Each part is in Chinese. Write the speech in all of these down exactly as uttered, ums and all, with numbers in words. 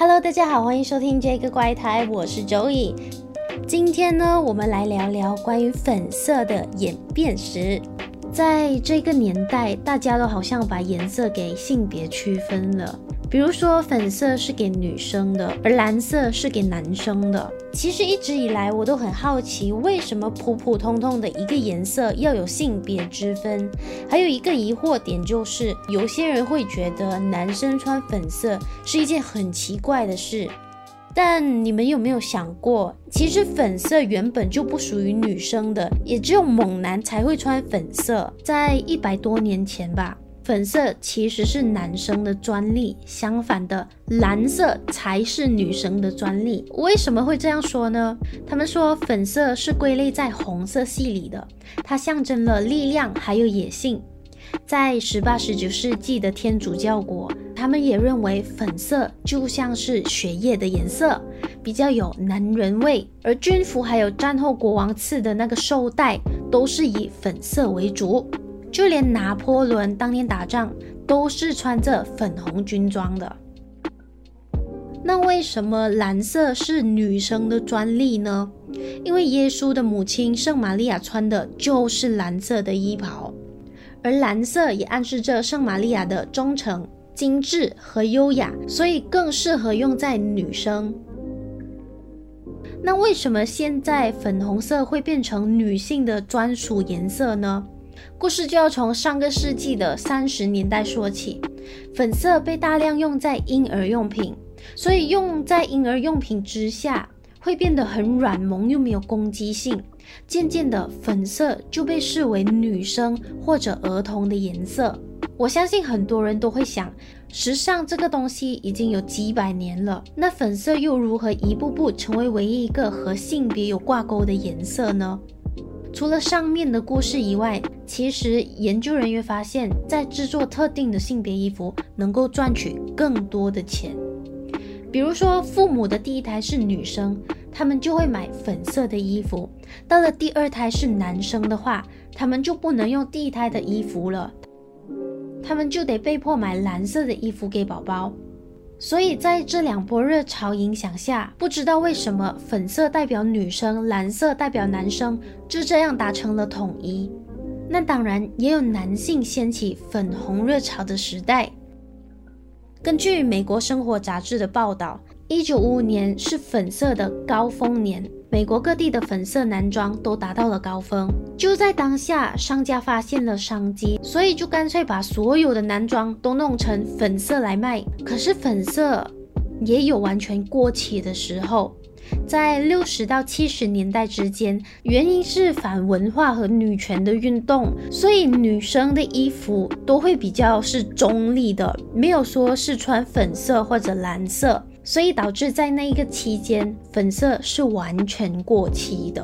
Hello， 大家好，欢迎收听这个怪胎，我是 Joey。今天呢，我们来聊聊关于粉色的演变史。在这个年代，大家都好像把颜色给性别区分了。比如说，粉色是给女生的，而蓝色是给男生的。其实一直以来，我都很好奇，为什么普普通通的一个颜色要有性别之分？还有一个疑惑点就是，有些人会觉得男生穿粉色是一件很奇怪的事。但你们有没有想过，其实粉色原本就不属于女生的，也只有猛男才会穿粉色。在一百多年前吧，粉色其实是男生的专利，相反的，蓝色才是女生的专利。为什么会这样说呢？他们说粉色是归类在红色系里的，它象征了力量还有野性。在十八、十九世纪的天主教国，他们也认为粉色就像是血液的颜色，比较有男人味。而军服还有战后国王赐的那个绶带，都是以粉色为主。就连拿破仑当年打仗都是穿着粉红军装的。那为什么蓝色是女生的专利呢？因为耶稣的母亲圣玛利亚穿的就是蓝色的衣袍，而蓝色也暗示着圣玛利亚的忠诚、精致和优雅，所以更适合用在女生。那为什么现在粉红色会变成女性的专属颜色呢？故事就要从上个世纪的三十年代说起。粉色被大量用在婴儿用品，所以用在婴儿用品之下会变得很软萌又没有攻击性。渐渐的，粉色就被视为女生或者儿童的颜色。我相信很多人都会想，时尚这个东西已经有几百年了，那粉色又如何一步步成为唯一一个和性别有挂钩的颜色呢？除了上面的故事以外，其实研究人员发现，在制作特定的性别衣服能够赚取更多的钱。比如说，父母的第一胎是女生，他们就会买粉色的衣服；到了第二胎是男生的话，他们就不能用第一胎的衣服了，他们就得被迫买蓝色的衣服给宝宝。所以在这两波热潮影响下，不知道为什么粉色代表女生，蓝色代表男生，就这样达成了统一。那当然也有男性掀起粉红热潮的时代。根据美国生活杂志的报道，一九五五年是粉色的高峰年，美国各地的粉色男装都达到了高峰。就在当下，商家发现了商机，所以就干脆把所有的男装都弄成粉色来卖。可是粉色也有完全过期的时候，在六十到七十年代之间，原因是反文化和女权的运动，所以女生的衣服都会比较是中立的，没有说是穿粉色或者蓝色，所以导致在那一个期间，粉色是完全过期的。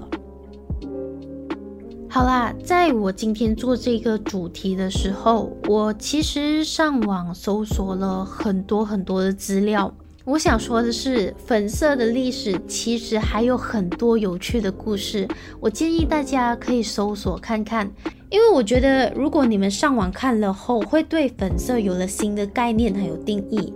好啦，在我今天做这个主题的时候，我其实上网搜索了很多很多的资料。我想说的是，粉色的历史其实还有很多有趣的故事，我建议大家可以搜索看看，因为我觉得如果你们上网看了后，会对粉色有了新的概念还有定义。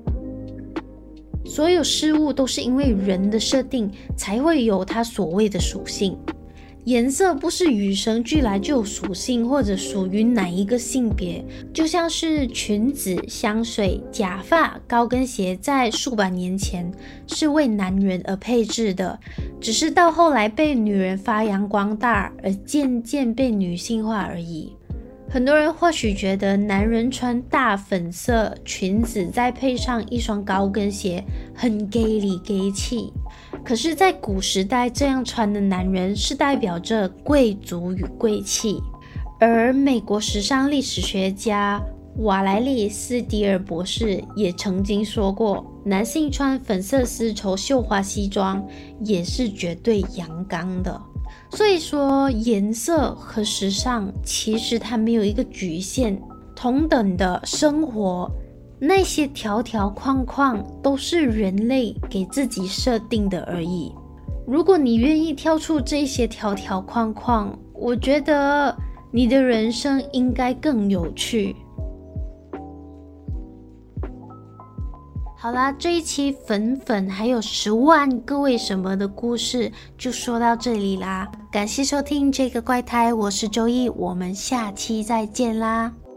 所有事物都是因为人的设定才会有它所谓的属性。颜色不是与生俱来就有属性或者属于哪一个性别，就像是裙子、香水、假发、高跟鞋在数百年前是为男人而配置的，只是到后来被女人发扬光大而渐渐被女性化而已。很多人或许觉得男人穿大粉色裙子再配上一双高跟鞋很 gay 里 gay 气，可是在古时代这样穿的男人是代表着贵族与贵气。而美国时尚历史学家瓦莱利斯迪尔博士也曾经说过，男性穿粉色丝绸绣花西装也是绝对阳刚的。所以说，颜色和时尚其实它没有一个局限，同等的生活，那些条条框框都是人类给自己设定的而已。如果你愿意跳出这些条条框框，我觉得你的人生应该更有趣。 好啦，这一期粉粉还有十万个为什么的故事就说到这里啦，感谢收听这个怪胎，我是周易，我们下期再见啦。